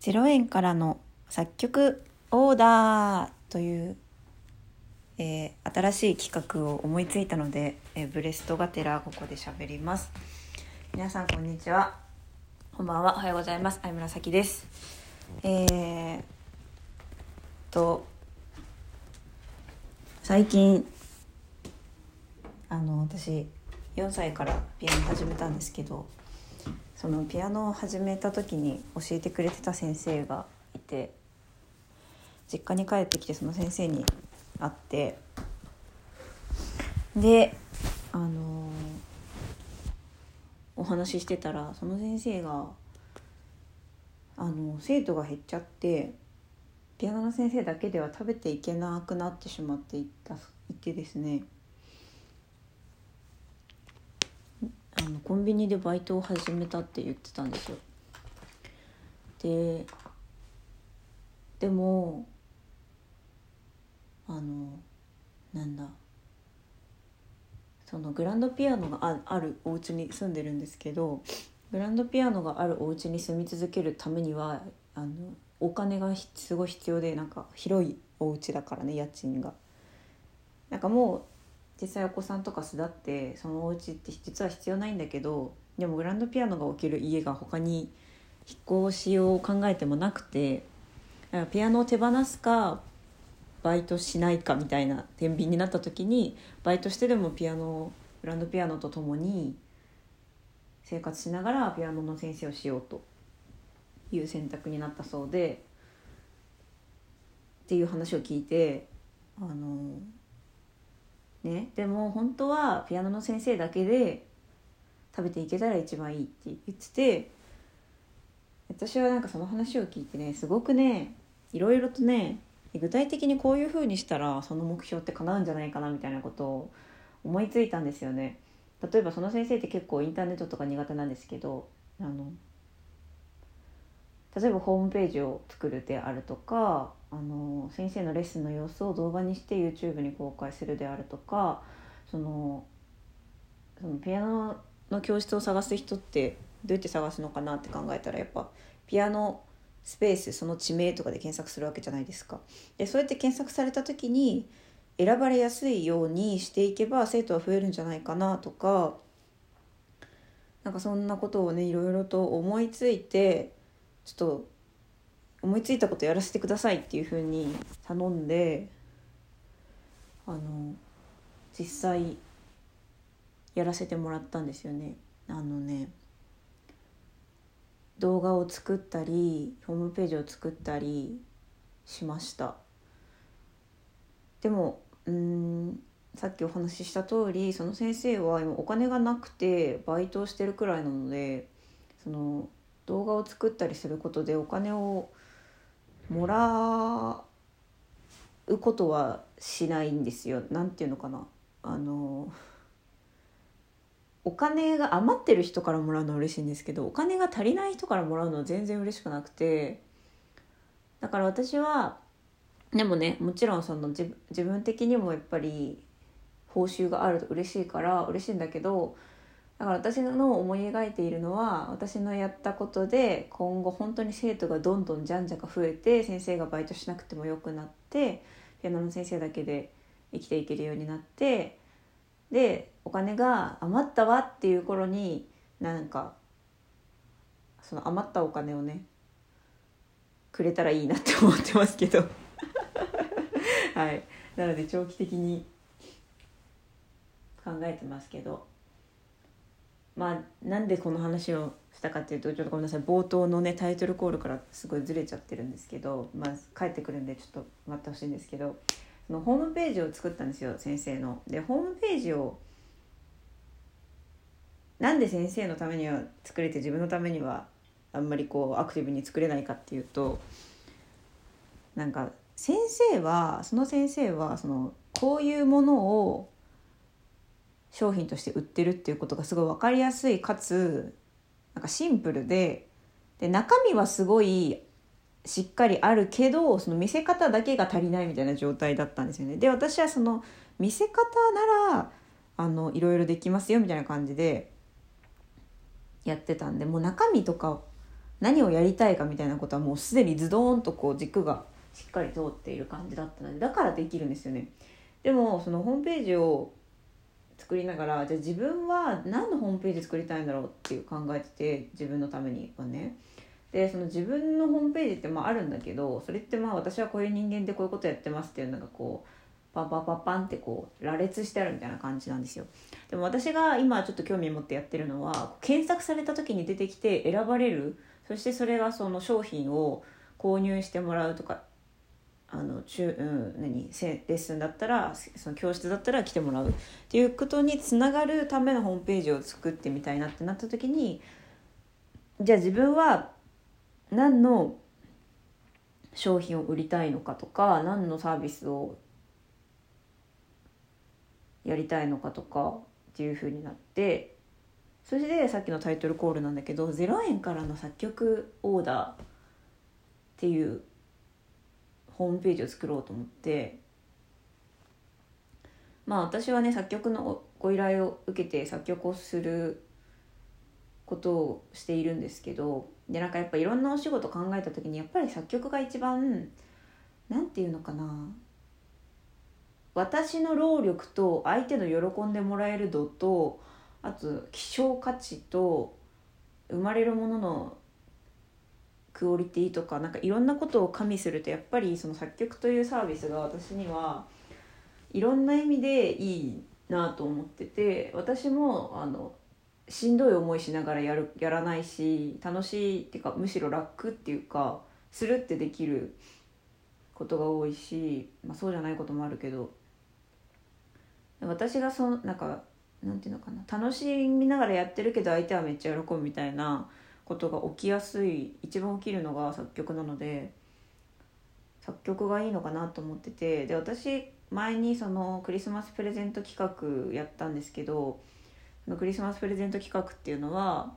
0円からの作曲オーダーという、新しい企画を思いついたので、ブレストがてらここで喋ります。皆さんこんにちは、こんばんは、おはようございます。相村咲です。最近私4歳からピアノ始めたんですけど、そのピアノを始めた時に教えてくれてた先生がいて、実家に帰ってきてその先生に会って、でお話ししてたら、その先生が生徒が減っちゃって、ピアノの先生だけでは食べていけなくなってしまっていてですね、コンビニでバイトを始めたって言ってたんですよ。でもそのグランドピアノがあるお家に住んでるんですけど、グランドピアノがあるお家に住み続けるためにはお金がすごい必要で、なんか広いお家だからね、家賃がもう実際お子さんとか巣立って、そのお家って実は必要ないんだけど、でもグランドピアノが置ける家が他に引っ越しを考えてもなくて、だからピアノを手放すかバイトしないかみたいな天秤になった時に、バイトしてでもグランドピアノとともに生活しながらピアノの先生をしようという選択になったそうで、っていう話を聞いて、でも本当はピアノの先生だけで食べていけたら一番いいって言ってて、私はその話を聞いてね、すごくね、いろいろとね、具体的にこういう風にしたらその目標って叶うんじゃないかなみたいなことを思いついたんですよね。例えばその先生って結構インターネットとか苦手なんですけど、例えばホームページを作るであるとか、先生のレッスンの様子を動画にして YouTube に公開するであるとか、そのピアノの教室を探す人ってどうやって探すのかなって考えたら、やっぱピアノスペース、その地名とかで検索するわけじゃないですか。でそうやって検索された時に選ばれやすいようにしていけば生徒は増えるんじゃないかなとか、そんなことをね、いろいろと思いついて、ちょっと思いついたことやらせてくださいっていう風に頼んで、実際やらせてもらったんですよね。動画を作ったりホームページを作ったりしました。でもさっきお話しした通り、その先生は今お金がなくてバイトをしてるくらいなので、その動画を作ったりすることでお金をもらうことはしないんですよ。なんていうのかな、お金が余ってる人からもらうのは嬉しいんですけど、お金が足りない人からもらうのは全然嬉しくなくて、だから私はでもね、もちろん自分的にもやっぱり報酬があると嬉しいから嬉しいんだけど、だから私の思い描いているのは、私のやったことで今後本当に生徒がどんどんじゃんじゃか増えて、先生がバイトしなくてもよくなって、ピアノの先生だけで生きていけるようになって、でお金が余ったわっていう頃に、その余ったお金をねくれたらいいなって思ってますけどはい、なので長期的に考えてますけど、なんでこの話をしたかっていうと、ちょっとごめんなさい、冒頭のねタイトルコールからすごいずれちゃってるんですけど、帰ってくるんでちょっと待ってほしいんですけど、そのホームページを作ったんですよ、先生の。でホームページをなんで先生のためには作れて自分のためにはあんまりアクティブに作れないかっていうと、その先生はこういうものを商品として売ってるっていうことがすごい分かりやすい、かつシンプルで中身はすごいしっかりあるけど、その見せ方だけが足りないみたいな状態だったんですよね。で私はその見せ方ならいろいろできますよみたいな感じでやってたんで、もう中身とか何をやりたいかみたいなことはもうすでにズドーンとこう軸がしっかり通っている感じだったので、だからできるんですよね。でもそのホームページを作りながら、じゃあ自分は何のホームページ作りたいんだろうっていう考えてて、自分のためにはね。でその自分のホームページってあるんだけど、それって私はこういう人間でこういうことやってますっていうのがこうパンパンパンパンってこう羅列してあるみたいな感じなんですよ。でも私が今ちょっと興味持ってやってるのは、検索された時に出てきて選ばれる、そしてそれがその商品を購入してもらうとか、レッスンだったら、その教室だったら来てもらうっていうことにつながるためのホームページを作ってみたいなってなった時に、じゃあ自分は何の商品を売りたいのかとか、何のサービスをやりたいのかとかっていう風になって、それでさっきのタイトルコールなんだけど、0円からの作曲オーダーっていうホームページを作ろうと思って、私はね、作曲のご依頼を受けて作曲をすることをしているんですけど、でやっぱいろんなお仕事考えた時に、やっぱり作曲が一番なんていうのかな、私の労力と相手の喜んでもらえる度と、あと希少価値と生まれるもののクオリティとか、いろんなことを加味すると、やっぱりその作曲というサービスが私にはいろんな意味でいいなと思ってて、私もしんどい思いしながらやらないし、楽しいっていうか、むしろ楽っていうか、するってできることが多いし、そうじゃないこともあるけど、私がなんていうのかな、楽しみながらやってるけど相手はめっちゃ喜ぶみたいなことが起きやすい、一番起きるのが作曲なので、作曲がいいのかなと思ってて、で私前にそのクリスマスプレゼント企画やったんですけど、そのクリスマスプレゼント企画っていうのは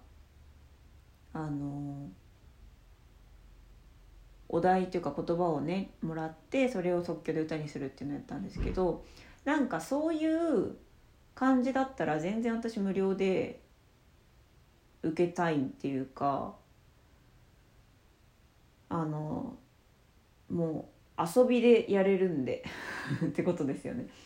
お題というか言葉をねもらって、それを即興で歌にするっていうのをやったんですけど、そういう感じだったら全然私無料で受けたいっていうか、もう遊びでやれるんでってことですよね。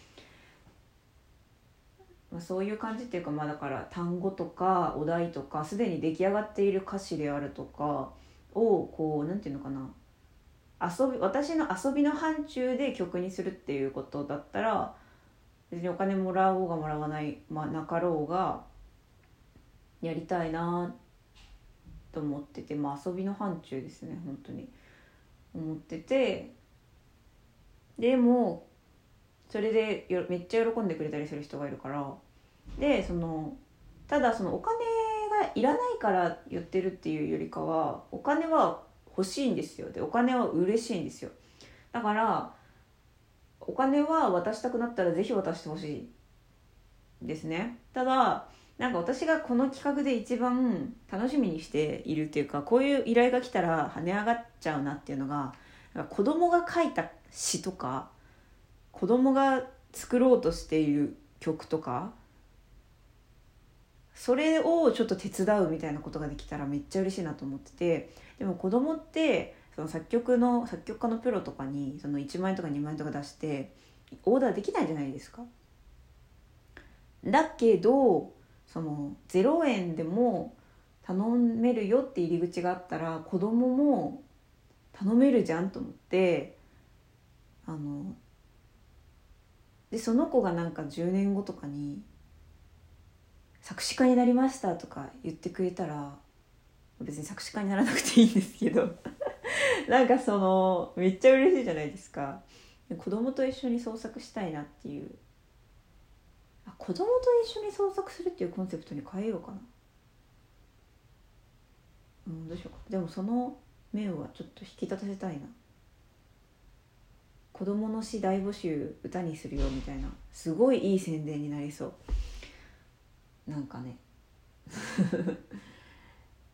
そういう感じっていうか、だから単語とかお題とかすでに出来上がっている歌詞であるとかをこうなんていうのかな、私の遊びの範疇で曲にするっていうことだったら、別にお金もらおうがもらわない、なかろうがやりたいなと思ってて、遊びの範疇ですね、本当に思ってて。でもそれでめっちゃ喜んでくれたりする人がいるから、でただそのお金がいらないから言ってるっていうよりかは、お金は欲しいんですよ。でお金は嬉しいんですよ。だからお金は渡したくなったらぜひ渡してほしいですね。ただ私がこの企画で一番楽しみにしているっていうか、こういう依頼が来たら跳ね上がっちゃうなっていうのが、子供が書いた詩とか、子供が作ろうとしている曲とか、それをちょっと手伝うみたいなことができたらめっちゃ嬉しいなと思ってて。でも子供ってその作曲家のプロとかにその1万円とか2万円とか出してオーダーできないじゃないですか。だけどその0円でも頼めるよって入り口があったら、子供も頼めるじゃんと思って、でその子が10年後とかに作詞家になりましたとか言ってくれたら、別に作詞家にならなくていいんですけどめっちゃ嬉しいじゃないですか。子供と一緒に創作したいなっていう、子供と一緒に創作するっていうコンセプトに変えようかな。どうしようか。でもその面はちょっと引き立たせたいな。子供の詩大募集歌にするよみたいな、すごいいい宣伝になりそう。ね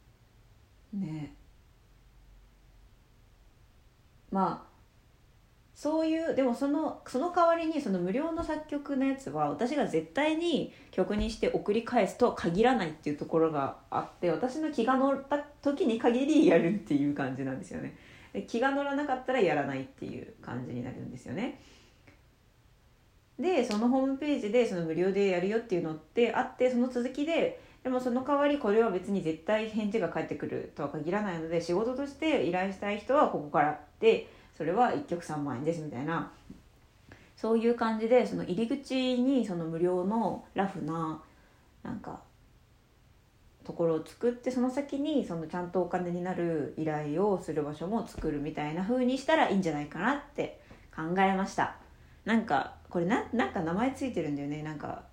ね。 そういうでもその代わりにその無料の作曲のやつは私が絶対に曲にして送り返すとは限らないっていうところがあって、私の気が乗った時に限りやるっていう感じなんですよね。で気が乗らなかったらやらないっていう感じになるんですよね。でそのホームページでその無料でやるよっていうのってあって、その続きででもその代わりこれは別に絶対返事が返ってくるとは限らないので、仕事として依頼したい人はここからで、それは1曲3万円ですみたいな、そういう感じでその入り口にその無料のラフななんかところを作って、その先にそのちゃんとお金になる依頼をする場所も作るみたいな風にしたらいいんじゃないかなって考えました。なんかこれなんか名前ついてるんだよね。なんか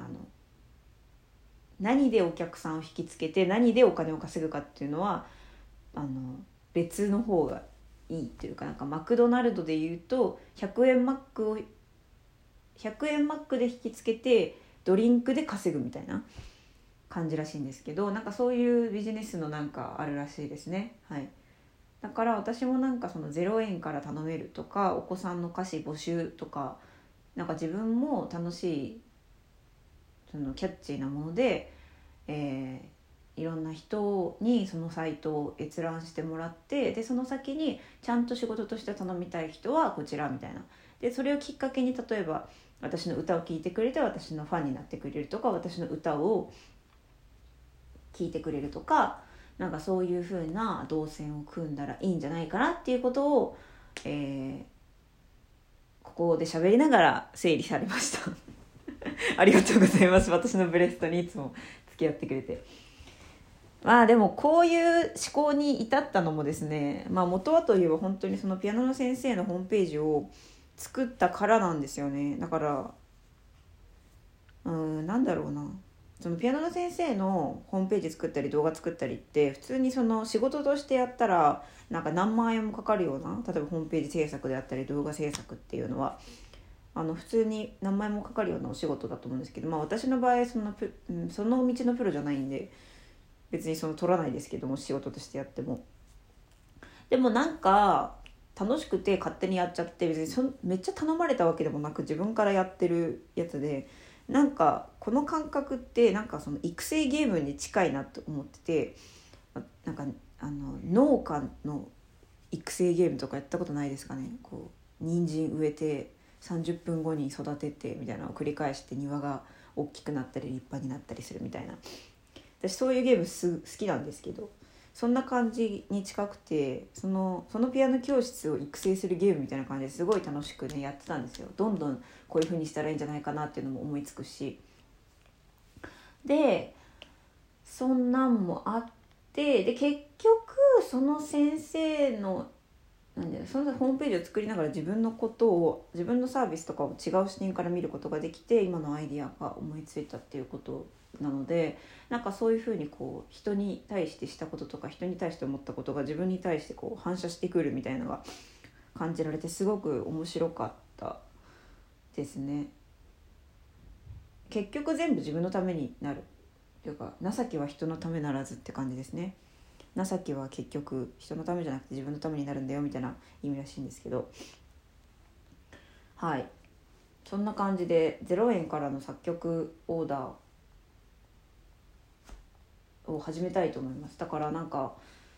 何でお客さんを引きつけて何でお金を稼ぐかっていうのは別の方がいいっていうか、なんかマクドナルドで言うと100円マックで引きつけてドリンクで稼ぐみたいな感じらしいんですけど、なんかそういうビジネスのなんかあるらしいですね。はい。だから私もなんかその0円から頼めるとか、お子さんの歌詞募集とか、なんか自分も楽しいそのキャッチーなもので、いろんな人にそのサイトを閲覧してもらって、でその先にちゃんと仕事として頼みたい人はこちらみたいな、でそれをきっかけに例えば私の歌を聴いてくれて私のファンになってくれるとか、私の歌を聴いてくれるとか、なんかそういう風な動線を組んだらいいんじゃないかなっていうことを、ここで喋りながら整理されましたありがとうございます。私のブレストにいつも付き合ってくれて。まあでもこういう思考に至ったのもですね、まあ元はといえば本当にそのピアノの先生のホームページを作ったからなんですよね。だからなんだろうな、そのピアノの先生のホームページ作ったり動画作ったりって普通にその仕事としてやったらなんか何万円もかかるような、例えばホームページ制作であったり動画制作っていうのは普通に何万円もかかるようなお仕事だと思うんですけど、まあ私の場合その道のプロじゃないんで別にその取らないですけども、仕事としてやっても。でもなんか楽しくて勝手にやっちゃって、別にめっちゃ頼まれたわけでもなく自分からやってるやつで、なんかこの感覚ってなんかその育成ゲームに近いなと思ってて、なんか農家の育成ゲームとかやったことないですかね。こう人参植えて30分後に育ててみたいなのを繰り返して庭が大きくなったり立派になったりするみたいな、私そういうゲーム好きなんですけど、そんな感じに近くて、そのピアノ教室を育成するゲームみたいな感じですごい楽しくねやってたんですよ。どんどんこういう風にしたらいいんじゃないかなっていうのも思いつくし、でそんなんもあって、で結局その先生のそのホームページを作りながら自分のことを、自分のサービスとかを違う視点から見ることができて、今のアイディアが思いついたっていうことなので、なんかそういうふうにこう人に対してしたこととか人に対して思ったことが自分に対してこう反射してくるみたいなのが感じられて、すごく面白かったですね。結局全部自分のためになるというか、情けは人のためならずって感じですね。情けは結局人のためじゃなくて自分のためになるんだよみたいな意味らしいんですけど、はい、そんな感じで0円からの作曲オーダーを始めたいと思います。だからなんか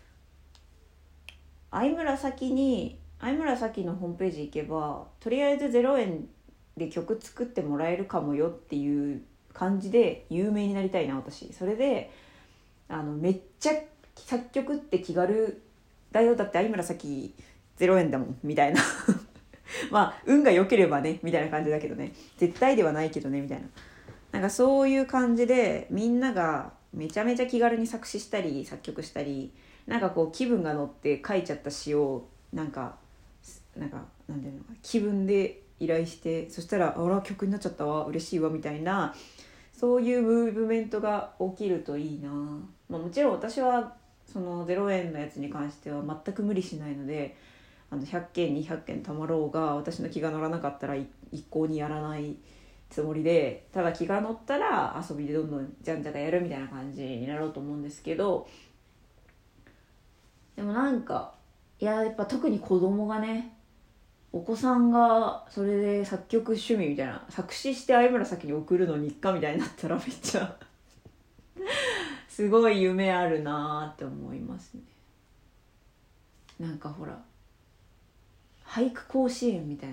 相村咲のホームページ行けばとりあえず0円で曲作ってもらえるかもよっていう感じで有名になりたいな私。それでめっちゃ作曲って気軽だよ、だって相村咲0円だもんみたいなまあ運が良ければねみたいな感じだけどね、絶対ではないけどねみたいな、なんかそういう感じでみんながめちゃめちゃ気軽に作詞したり作曲したり、なんかこう気分が乗って書いちゃった詩をなんていうのか気分で依頼して、そしたらあら曲になっちゃったわ嬉しいわみたいな、そういうムーブメントが起きるといいな。まあ、もちろん私はその0円のやつに関しては全く無理しないので、100件200件たまろうが私の気が乗らなかったら一向にやらないつもりで、ただ気が乗ったら遊びでどんどんじゃんじゃがやるみたいな感じになろうと思うんですけど、でもなんかやっぱ特に子供がねお子さんがそれで作曲趣味みたいな、作詞して相村咲に送るの日課みたいになったらめっちゃすごい夢あるなーって思いますね。なんかほら俳句甲子園みたいな、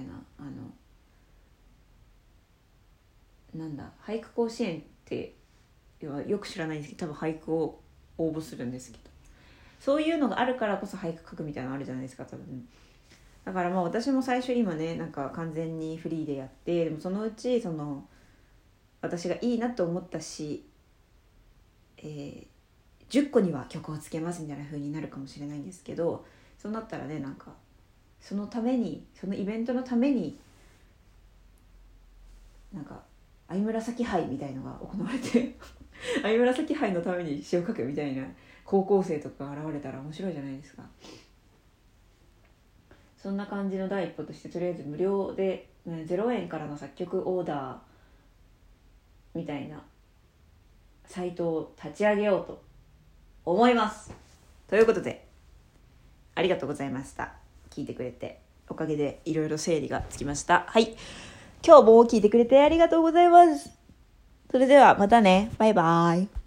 なんだ俳句甲子園ってよく知らないんですけど、多分俳句を応募するんですけど、そういうのがあるからこそ俳句書くみたいなのあるじゃないですか多分。だからまあ私も最初今ねなんか完全にフリーでやって、でもそのうちその私がいいなと思ったし、10個には曲をつけますみたいな風になるかもしれないんですけど、そうなったらねなんかそのためにそのイベントのためになんか相紫杯みたいのが行われて相紫杯のために詩を書くみたいな高校生とかが現れたら面白いじゃないですか。そんな感じの第一歩として、とりあえず無料で0円からの作曲オーダーみたいなサイトを立ち上げようと思います。ということでありがとうございました。聞いてくれておかげでいろいろ整理がつきました。はい、今日も聞いてくれてありがとうございます。それではまたね、バイバイ。